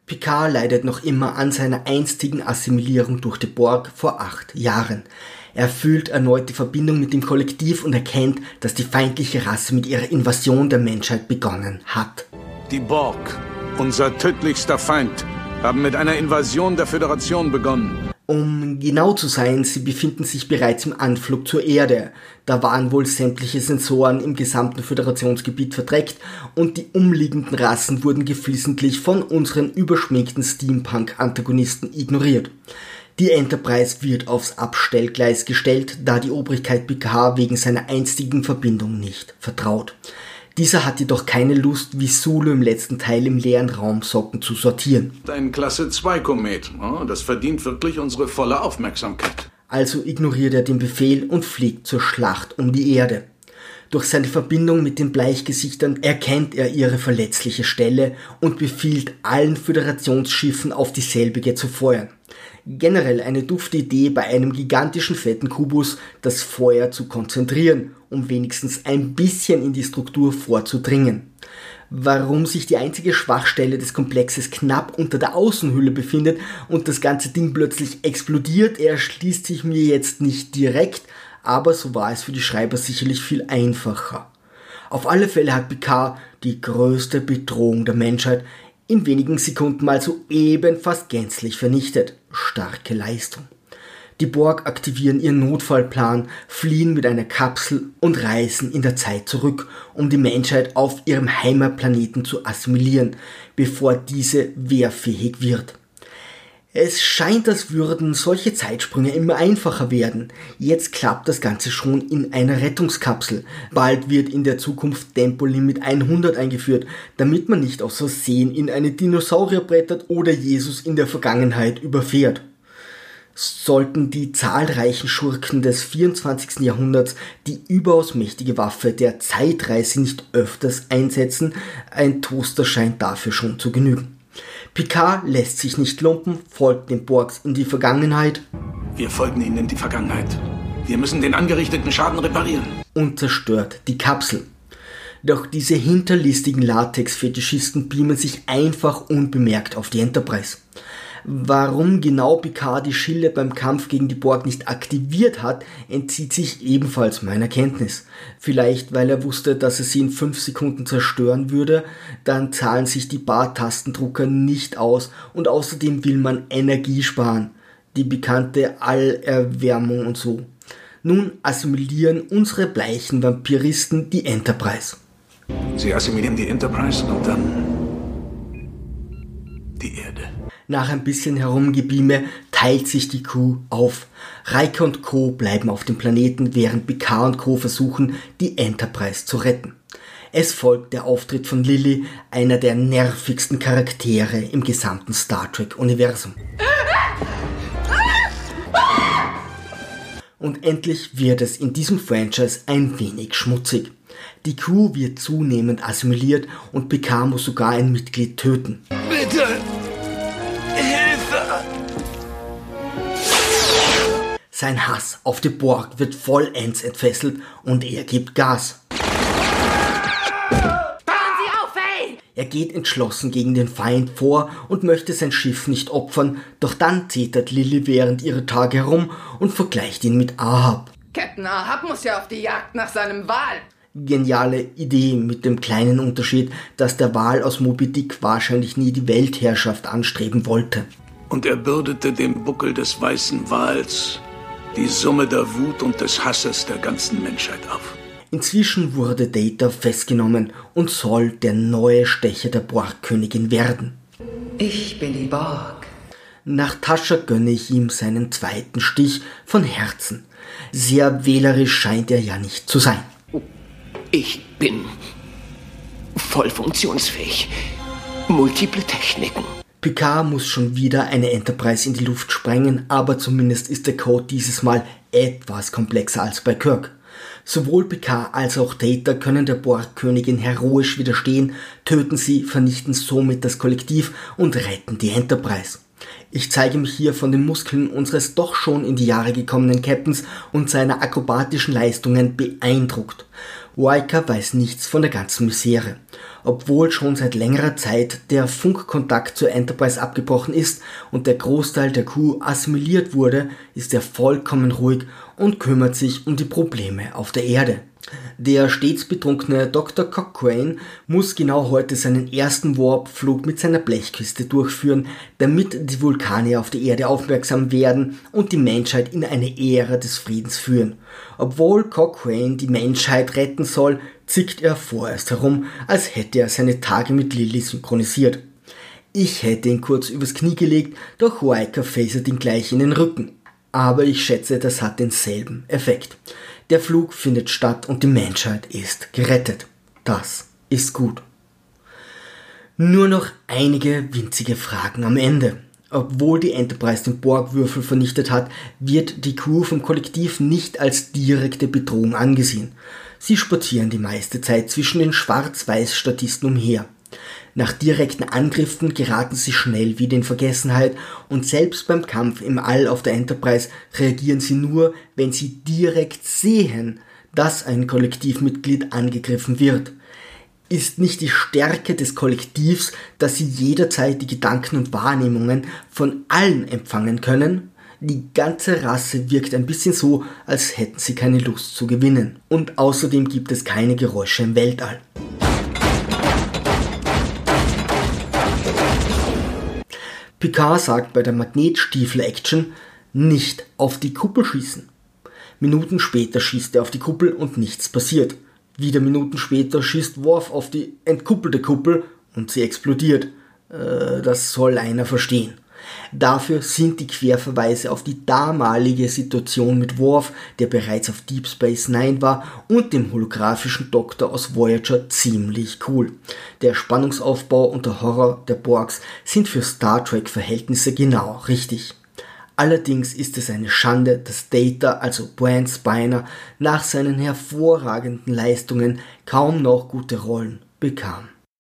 Picard leidet noch immer an seiner einstigen Assimilierung durch die Borg vor 8 Jahren. Er fühlt erneut die Verbindung mit dem Kollektiv und erkennt, dass die feindliche Rasse mit ihrer Invasion der Menschheit begonnen hat. Die Borg, unser tödlichster Feind, haben mit einer Invasion der Föderation begonnen. Um genau zu sein, sie befinden sich bereits im Anflug zur Erde. Da waren wohl sämtliche Sensoren im gesamten Föderationsgebiet verdreckt und die umliegenden Rassen wurden geflissentlich von unseren überschminkten Steampunk-Antagonisten ignoriert. Die Enterprise wird aufs Abstellgleis gestellt, da die Obrigkeit Picard wegen seiner einstigen Verbindung nicht vertraut. Dieser hat jedoch keine Lust, wie Sulu im letzten Teil im leeren Raumsocken zu sortieren. Ein Klasse-2-Komet. Oh, das verdient wirklich unsere volle Aufmerksamkeit. Also ignoriert er den Befehl und fliegt zur Schlacht um die Erde. Durch seine Verbindung mit den Bleichgesichtern erkennt er ihre verletzliche Stelle und befiehlt allen Föderationsschiffen auf dieselbige zu feuern. Generell eine dufte Idee, bei einem gigantischen fetten Kubus das Feuer zu konzentrieren, um wenigstens ein bisschen in die Struktur vorzudringen. Warum sich die einzige Schwachstelle des Komplexes knapp unter der Außenhülle befindet und das ganze Ding plötzlich explodiert, erschließt sich mir jetzt nicht direkt, aber so war es für die Schreiber sicherlich viel einfacher. Auf alle Fälle hat Picard die größte Bedrohung der Menschheit in wenigen Sekunden mal soeben fast gänzlich vernichtet. Starke Leistung. Die Borg aktivieren ihren Notfallplan, fliehen mit einer Kapsel und reisen in der Zeit zurück, um die Menschheit auf ihrem Heimatplaneten zu assimilieren, bevor diese wehrfähig wird. Es scheint, als würden solche Zeitsprünge immer einfacher werden. Jetzt klappt das Ganze schon in einer Rettungskapsel. Bald wird in der Zukunft Tempolimit 100 eingeführt, damit man nicht aus Versehen in eine Dinosaurier brettert oder Jesus in der Vergangenheit überfährt. Sollten die zahlreichen Schurken des 24. Jahrhunderts die überaus mächtige Waffe der Zeitreise nicht öfters einsetzen, ein Toaster scheint dafür schon zu genügen. Picard lässt sich nicht lumpen, folgt den Borgs in die Vergangenheit. Wir folgen ihnen in die Vergangenheit. Wir müssen den angerichteten Schaden reparieren. Und zerstört die Kapsel. Doch diese hinterlistigen Latex-Fetischisten beamen sich einfach unbemerkt auf die Enterprise. Warum genau Picard die Schilde beim Kampf gegen die Borg nicht aktiviert hat, entzieht sich ebenfalls meiner Kenntnis. Vielleicht, weil er wusste, dass er sie in 5 Sekunden zerstören würde, dann zahlen sich die Bar-Tastendrucker nicht aus und außerdem will man Energie sparen. Die bekannte Allerwärmung und so. Nun assimilieren unsere bleichen Vampiristen die Enterprise. Sie assimilieren die Enterprise und dann die Erde. Nach ein bisschen Herumgebieme teilt sich die Crew auf. Riker und Co. bleiben auf dem Planeten, während Picard und Co. versuchen, die Enterprise zu retten. Es folgt der Auftritt von Lily, einer der nervigsten Charaktere im gesamten Star Trek-Universum. Und endlich wird es in diesem Franchise ein wenig schmutzig. Die Crew wird zunehmend assimiliert und Picard muss sogar ein Mitglied töten. Bitte! Sein Hass auf die Borg wird vollends entfesselt und er gibt Gas. Hören Sie auf, ey! Er geht entschlossen gegen den Feind vor und möchte sein Schiff nicht opfern, doch dann zetert Lily während ihrer Tage herum und vergleicht ihn mit Ahab. Captain Ahab muss ja auf die Jagd nach seinem Wal. Geniale Idee mit dem kleinen Unterschied, dass der Wal aus Moby Dick wahrscheinlich nie die Weltherrschaft anstreben wollte. Und er bürdete dem Buckel des weißen Wals die Summe der Wut und des Hasses der ganzen Menschheit auf. Inzwischen wurde Data festgenommen und soll der neue Stecher der Borg-Königin werden. Ich bin die Borg. Nach Tascha gönne ich ihm seinen zweiten Stich von Herzen. Sehr wählerisch scheint er ja nicht zu sein. Ich bin voll funktionsfähig. Multiple Techniken. Picard muss schon wieder eine Enterprise in die Luft sprengen, aber zumindest ist der Code dieses Mal etwas komplexer als bei Kirk. Sowohl Picard als auch Data können der Borg-Königin heroisch widerstehen, töten sie, vernichten somit das Kollektiv und retten die Enterprise. Ich zeige mich hier von den Muskeln unseres doch schon in die Jahre gekommenen Captains und seiner akrobatischen Leistungen beeindruckt. Riker weiß nichts von der ganzen Misere. Obwohl schon seit längerer Zeit der Funkkontakt zur Enterprise abgebrochen ist und der Großteil der Crew assimiliert wurde, ist er vollkommen ruhig und kümmert sich um die Probleme auf der Erde. Der stets betrunkene Dr. Cochrane muss genau heute seinen ersten Warp-Flug mit seiner Blechkiste durchführen, damit die Vulkanier auf die Erde aufmerksam werden und die Menschheit in eine Ära des Friedens führen. Obwohl Cochrane die Menschheit retten soll, zickt er vorerst herum, als hätte er seine Tage mit Lily synchronisiert. Ich hätte ihn kurz übers Knie gelegt, doch Riker phasert ihn gleich in den Rücken. Aber ich schätze, das hat denselben Effekt. Der Flug findet statt und die Menschheit ist gerettet. Das ist gut. Nur noch einige winzige Fragen am Ende. Obwohl die Enterprise den Borg-Würfel vernichtet hat, wird die Crew vom Kollektiv nicht als direkte Bedrohung angesehen. Sie spazieren die meiste Zeit zwischen den Schwarz-Weiß-Statisten umher. Nach direkten Angriffen geraten sie schnell wieder in Vergessenheit und selbst beim Kampf im All auf der Enterprise reagieren sie nur, wenn sie direkt sehen, dass ein Kollektivmitglied angegriffen wird. Ist nicht die Stärke des Kollektivs, dass sie jederzeit die Gedanken und Wahrnehmungen von allen empfangen können? Die ganze Rasse wirkt ein bisschen so, als hätten sie keine Lust zu gewinnen. Und außerdem gibt es keine Geräusche im Weltall. Picard sagt bei der Magnetstiefel-Action nicht auf die Kuppel schießen. Minuten später schießt er auf die Kuppel und nichts passiert. Wieder Minuten später schießt Worf auf die entkuppelte Kuppel und sie explodiert. Das soll einer verstehen. Dafür sind die Querverweise auf die damalige Situation mit Worf, der bereits auf Deep Space Nine war, und dem holographischen Doktor aus Voyager ziemlich cool. Der Spannungsaufbau und der Horror der Borgs sind für Star Trek-Verhältnisse genau richtig. Allerdings ist es eine Schande, dass Data, also Brent Spiner, nach seinen hervorragenden Leistungen kaum noch gute Rollen bekam.